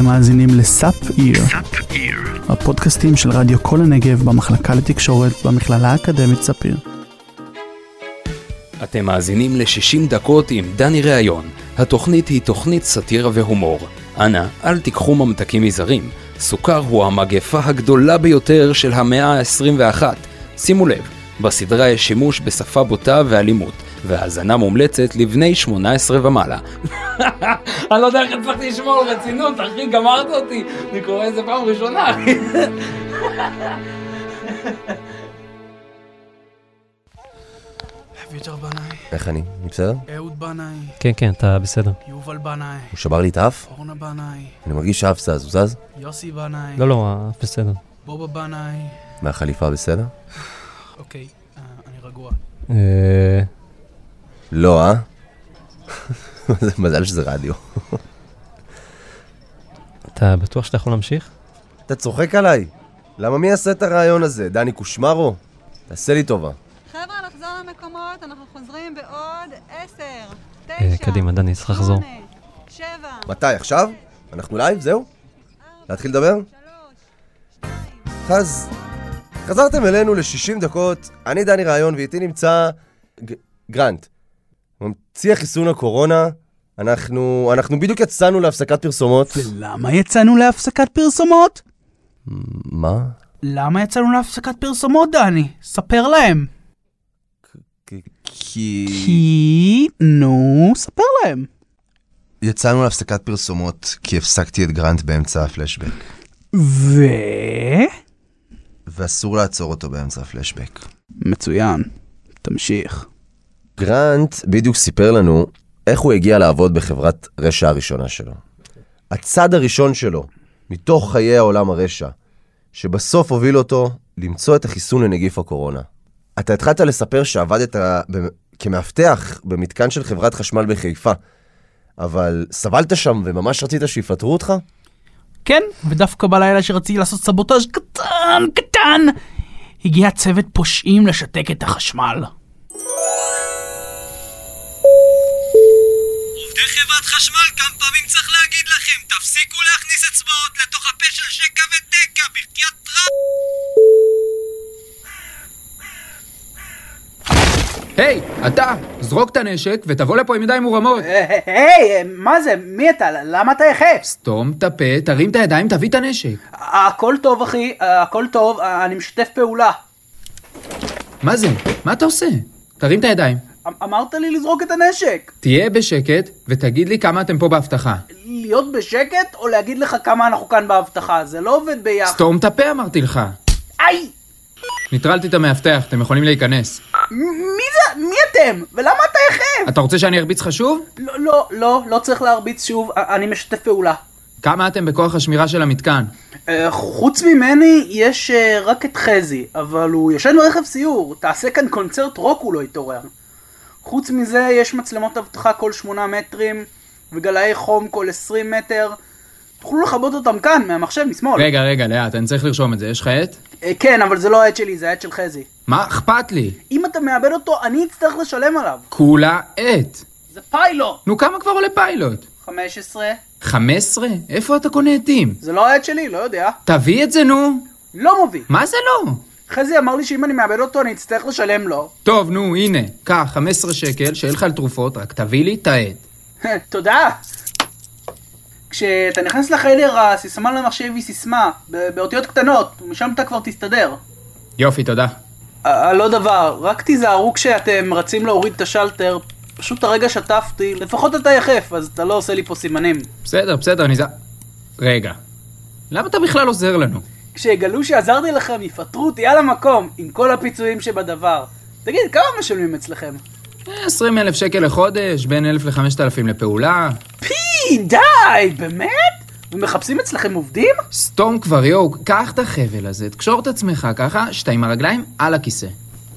אתם מאזינים לסאפ איר, הפודקאסטים של רדיו כל הנגב במחלקה לתקשורת במכללה האקדמית ספיר. אתם מאזינים ל-60 דקות עם דני ראיון. התוכנית היא תוכנית סאטירה והומור. אנא, אל תיקחו ממתקים מזרים. סוכר הוא המגפה הגדולה ביותר של המאה ה-21. שימו לב, בסדרה יש שימוש בשפה בוטה ואלימות, והאזנה מומלצת לבני 18 ומעלה. אני לא יודע איך הצלחתי לשמור על רצינות, אחי, גמרת אותי. אני קורא איזה פעם ראשונה. ויותר בנאי. איך אני? אני בסדר? אהוד בנאי. כן, אתה בסדר. יובל בנאי. הוא שבר לי את האף? אורנה בנאי. אני מרגיש שהאף זז, הוא זז? יוסי בנאי. לא, האף בסדר. בובה בנאי. מהחליפה בסדר? אוקיי, אני רגוע. לא, מזל שזה רדיו. אתה בטוח שאתה יכול להמשיך? אתה צוחק עליי? למה מי יעשה את הרעיון הזה? דני קושמרו? תעשה לי טובה. חבר'ה, לחזור למקומות, אנחנו חוזרים בעוד 10, 9, קדימה, דני, צריך לחזור. 8, 7, מתי? עכשיו? אנחנו לייב? זהו? להתחיל לדבר? 3, 2. אז חזרתם אלינו ל-60 דקות, אני דני ראיון ואיתי נמצא גרנט. ממציא החיסון הקורונה, אנחנו בדיוק יצאנו להפסקת פרסומות. ולמה יצאנו להפסקת פרסומות? מה? למה יצאנו להפסקת פרסומות, דני? ספר להם. ספר להם. יצאנו להפסקת פרסומות כי הפסקתי את גרנט באמצע הפלשבק. ואסור לעצור אותו באמצע הפלשבק. מצוין, תמשיך. גרנט בדיוק סיפר לנו איך הוא הגיע לעבוד בחברת רשע הראשונה שלו. הצד הראשון שלו, מתוך חיי העולם הרשע, שבסוף הוביל אותו למצוא את החיסון לנגיף הקורונה. אתה התחלת לספר שעבדת כמאבטח במתקן של חברת חשמל בחיפה, אבל סבלת שם וממש רצית שיפטרו אותך? כן, ודווקא בלילה שרציתי לעשות סבוטאז' קטן, הגיע צוות פושעים לשתק את החשמל. עובדי חברת חשמל, כמה פעמים צריך להגיד לכם, תפסיקו להכניס אצבעות לתוך הפה של שקע ותקע, בחתיית היי, אתה, זרוק את הנשק ותבוא לפה עם ידיים מורמות. היי, מה זה? מי אתה? למה אתה יחף? סתום את הפה, תרים את הידיים, תביא את הנשק. הכל טוב, אחי, הכל טוב, אני משתף פעולה. מה זה? מה אתה עושה? תרים את הידיים. אמרת לי לזרוק את הנשק. תהיה בשקט ותגיד לי כמה אתם פה בהבטחה. להיות בשקט או להגיד לך כמה אנחנו כאן בהבטחה? זה לא עובד ביחד. סתום את הפה, אמרתי לך. איי! ניטרלתי את המאבטח, אתם יכולים להיכנס. מי זה? מי אתם? ולמה אתה יחף? אתה רוצה שאני ארביץ לך שוב? לא צריך להרביץ שוב, אני משתף פעולה. כמה אתם בכוח השמירה של המתקן? חוץ ממני יש רק את חזי, אבל הוא ישן ברכב סיור, תעשה כאן קונצרט רוק הוא לא יתעורר. חוץ מזה יש מצלמות אבטחה כל 8 מטרים, וגלאי חום כל 20 מטר. תוכלו לחבות אותם כאן, מהמחשב משמאל. רגע, לאט, אני צריך לרשום את זה, יש לך עט? כן, אבל זה לא העט שלי, זה העט של חזי. מה אכפת לי? אם אתה מאבד אותו, אני אצטרך לשלם עליו. כולה עט. זה פיילוט. נו, כמה כבר עולה פיילוט? 15. 15? איפה אתה קונה עטים? זה לא העט שלי, לא יודע. תביא את זה, נו. לא מביא. מה זה לא? חזי אמר לי שאם אני מאבד אותו, אני אצטרך לשלם לו. טוב, נו, הנה, קח 15 שקל, שאין לך על תרופות, רק תביא לי את העט. תודה. כשאתה נכנס לחדר, הסיסמה למחשב היא סיסמה, באותיות קטנות, ומשם אתה כבר תסתדר. יופי, תודה. לא דבר, רק תיזהרו כשאתם רצים להוריד את השלטר, פשוט הרגע שטפתי, לפחות אתה יחף, אז אתה לא עושה לי פה סימנים. בסדר, רגע, למה אתה בכלל עוזר לנו? כשגלו שעזרתי לכם, יפטרו אותי על המקום, עם כל הפיצויים שבדבר. תגיד, כמה משלמים אצלכם? 20,000 שקל לחודש, בין 1,000 ל-5,000 לפעולה. די, באמת? ומחפשים אצלכם עובדים? סתום כבר, יו, קח את החבל הזה, תקשור את עצמך ככה, שאתה עם הרגליים על הכיסא.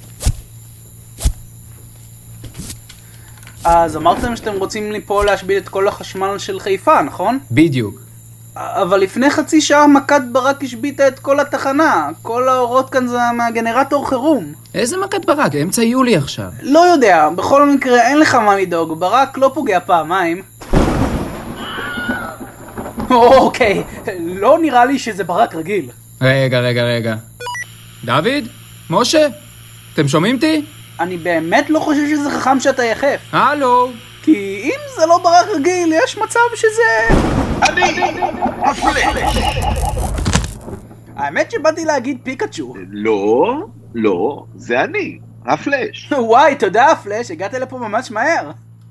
אז אמרתם שאתם רוצים לי פה להשביל את כל החשמל של חיפה, נכון? בדיוק. אבל לפני חצי שעה מכת ברק השביתה את כל התחנה. כל האורות כאן זה מהגנרטור חירום. איזה מכת ברק? אמצע יולי עכשיו. לא יודע, בכל מקרה אין לך מה לדאוג. ברק לא פוגע פעמיים. אוקיי, לא נראה לי שזה ברק רגיל. רגע. דוד? משה? אתם שומעים אותי? אני באמת לא חושב שזה חכם שאתה יחף. הלו? כי אם זה לא ברק רגיל, יש מצב שזה... אני! הפלאש! האמת שבאתי להגיד פיקאצ'ו. לא, זה אני, הפלאש. וואי, תודה הפלאש, הגעת לפה ממש מהר.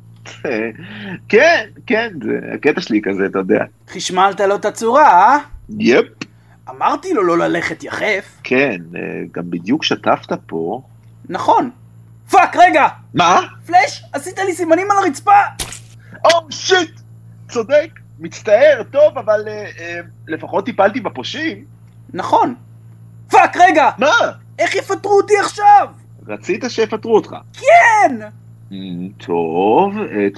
כן, זה הקטע שלי כזה, אתה יודע. חשמלת לו את הצורה, אה? יפ. אמרתי לו לא ללכת יחף. כן, גם בדיוק שטפת פה. נכון. פאק, רגע! מה? פלאש, עשית לי סימנים על הרצפה! שיט! צודק, מצטער, טוב, אבל לפחות טיפלתי בפושעים. נכון. פאק, רגע! מה? איך יפטרו אותי עכשיו? רצית שיפטרו אותך. כן! טוב,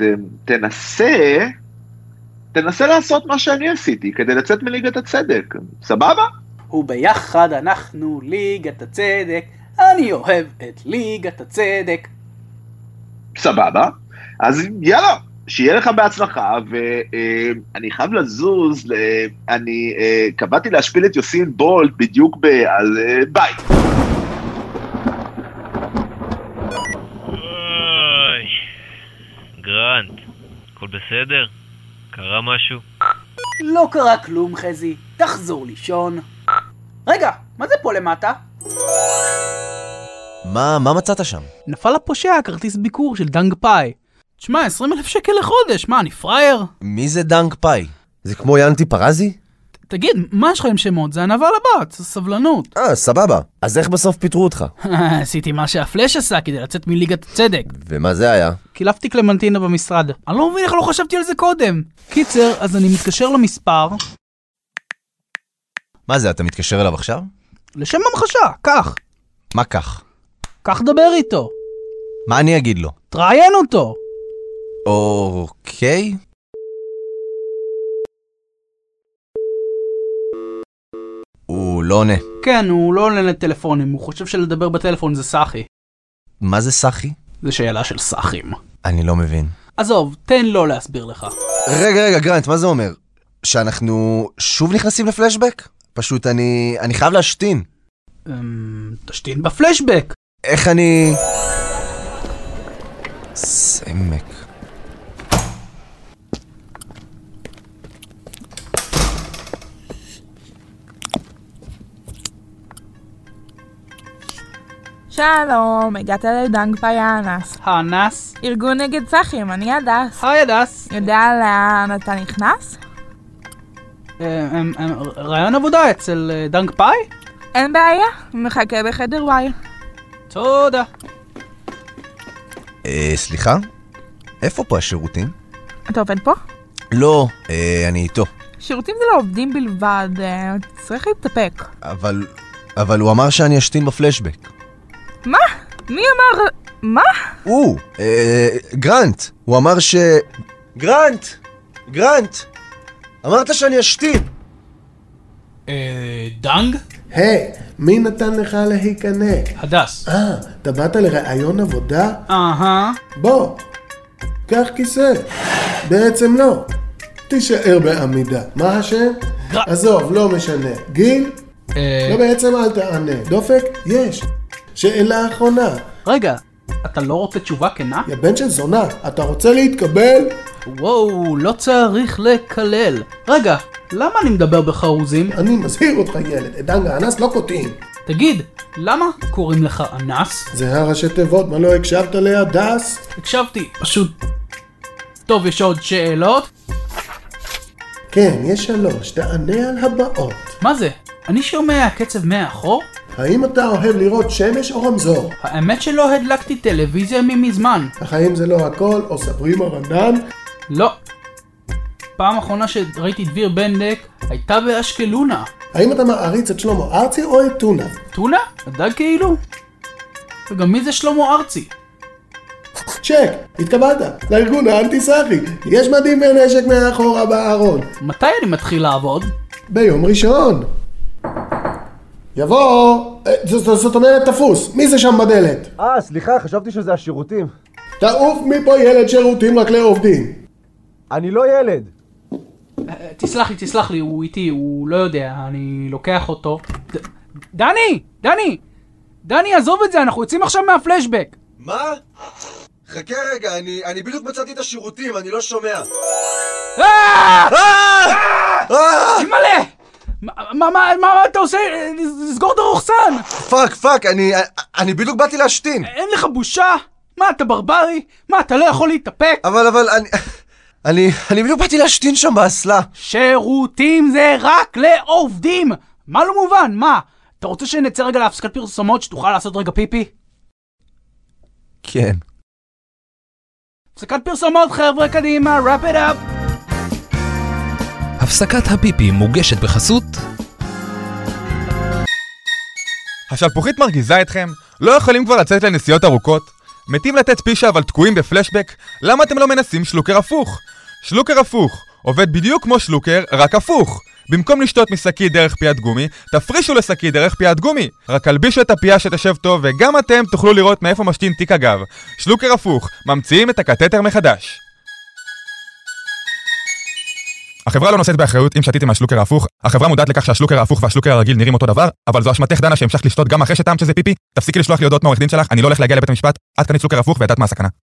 תנסה לעשות מה שאני עשיתי, כדי לצאת מליגת הצדק, סבבה? וביחד אנחנו ליגת הצדק, אני אוהב את ליגת הצדק. סבבה, אז יאללה, שיהיה לך בהצלחה, ואני חייב לזוז, אני קבעתי להשפיל את יוסין בולט בדיוק אז ביי. גרנט, הכל בסדר? קרה משהו? לא קרה כלום, חזי. תחזור לישון. רגע, מה זה פה למטה? מה מצאת שם? נפל הפושע כרטיס ביקור של דנג פאי. תשמע, 20,000 שקל לחודש, מה, אני פרייר? מי זה דנג פאי? זה כמו ינטי פרזי? תגיד, מה יש לך עם שמות? זה ענווה לבת, זה סבלנות. סבבה. אז איך בסוף פיטרו אותך? עשיתי מה שהפלאש עשה כדי לצאת מליגת הצדק. ומה זה היה? קילפתי קלמנטינה במשרד. אני לא מבין איך לא חשבתי על זה קודם. קיצר, אז אני מתקשר למספר. מה זה, אתה מתקשר אליו עכשיו? לשם המחשה, כך. מה כך? כך דבר איתו. מה אני אגיד לו? תראיין אותו. אוקיי. הוא לא עונה. כן, הוא לא עונה לטלפונים, הוא חושב שלדבר בטלפון זה סחי. מה זה סחי? זה שאלה של סחים. אני לא מבין. עזוב, תן לו להסביר לך. רגע, גרנט, מה זה אומר? שאנחנו שוב נכנסים לפלשבק? פשוט אני חייב להשתין. תשתין בפלשבק. איך אני... סמק. שלום, הגעת לדנג פאי האנס. האנס? ארגון נגד סחים, אני הדס. היי הדס. יודע לאן אתה נכנס? רעיון עבודה אצל דנג פאי? אין בעיה, מחכה בחדר וואי. תודה. סליחה? איפה פה השירותים? אתה עובד פה? לא, אני איתו. שירותים זה לא עובדים בלבד, צריך להתאפק. אבל הוא אמר שאני אשתין בפלשבק. מה? מי אמר? מה? גרנט. הוא אמר גרנט! אמרת שאני אשתין. דנג? היי, מי נתן לך להיכנס? הדס. אתה באת לראיון עבודה? בוא, קח כיסא. בעצם לא. תישאר בעמידה. מה השם? עזוב, לא משנה. גיל? לא, בעצם אל תענה. דופק? יש. שאלה אחרונה. רגע, אתה לא רוצה תשובה כנה? יא בן של זונה, אתה רוצה להתקבל? וואו, לא צריך לקלל. רגע, למה אני מדבר בחרוזים? אני מזהיר אותך ילד, את דנג האנס לא קוטעים. תגיד, למה קוראים לך אנס? זה הראשי תיבות, מה לא הקשבת להדס? הקשבתי, פשוט... טוב, יש עוד שאלות? כן, יש 3, תענה על הבאות. מה זה? אני שומע קצב מאחור? האם אתה אוהב לראות שמש או רמזור? האמת שלא הדלקתי טלוויזיה ממזמן. החיים זה לא הכל, או ספרים הרנן? לא. פעם אחרונה שראיתי דביר בנדק הייתה באשקלונה. האם אתה מעריץ את שלמה ארצי או את טונה? טונה? הדג כאילו? וגם מי זה שלמה ארצי? צ'ק, התקבלת לארגון האנטי-סחי. יש מדים ונשק מאחורה בארון. מתי אני מתחיל לעבוד? ביום ראשון. יבוא, זאת אומרת תפוס, מי זה שם בדלת? סליחה, חשבתי שזה השירותים. תעוף מפה ילד, שירותים רק לעובדים. אני לא ילד. תסלח לי, הוא איתי, הוא לא יודע, אני לוקח אותו. דני, עזוב את זה, אנחנו יוצאים עכשיו מהפלשבק. מה? חכה רגע, אני בדיוק מצאתי את השירותים, אני לא שומע. מלא! מה אתה עושה? לסגור את הרוחסן! פאק, אני בדיוק באתי להשתין. אין לך בושה? מה, אתה ברברי? מה, אתה לא יכול להתאפק? אבל אני בדיוק באתי להשתין שם באסלה. שירותים זה רק לעובדים! מה לא מובן? מה? אתה רוצה שנצא רגע להפסקת פרסומות שתוכל לעשות רגע פיפי? כן. הפסקת פרסומות חבר'ה, קדימה, wrap it up! הפסקת הפיפי מוגשת בחסות. השלפוחית מרגיזה אתכם? לא יכולים כבר לצאת לנסיעות ארוכות? מתים לתת פישה אבל תקועים בפלשבק? למה אתם לא מנסים שלוקר הפוך? שלוקר הפוך עובד בדיוק כמו שלוקר, רק הפוך. במקום לשתות משקית דרך פיית גומי, תפרישו לשקית דרך פיית גומי. רק הלבישו את הפייה שתשב טוב, וגם אתם תוכלו לראות מאיפה משתין תיק הגב. שלוקר הפוך, ממציאים את הקטטר מחדש. החברה לא נושאת באחריות אם שתיתם מהשלוקר ההפוך. החברה מודעת לכך שהשלוקר ההפוך והשלוקר הרגיל נראים אותו דבר, אבל זו אשמתך דנה שהמשכת לשתות גם אחרי שטעמת שזה פיפי. תפסיקי לשלוח לי הודעות מעורך דין שלך, אני לא הולך להגיע לבית המשפט. עד כאן שלוקר הפוך וידעת מה הסכנה.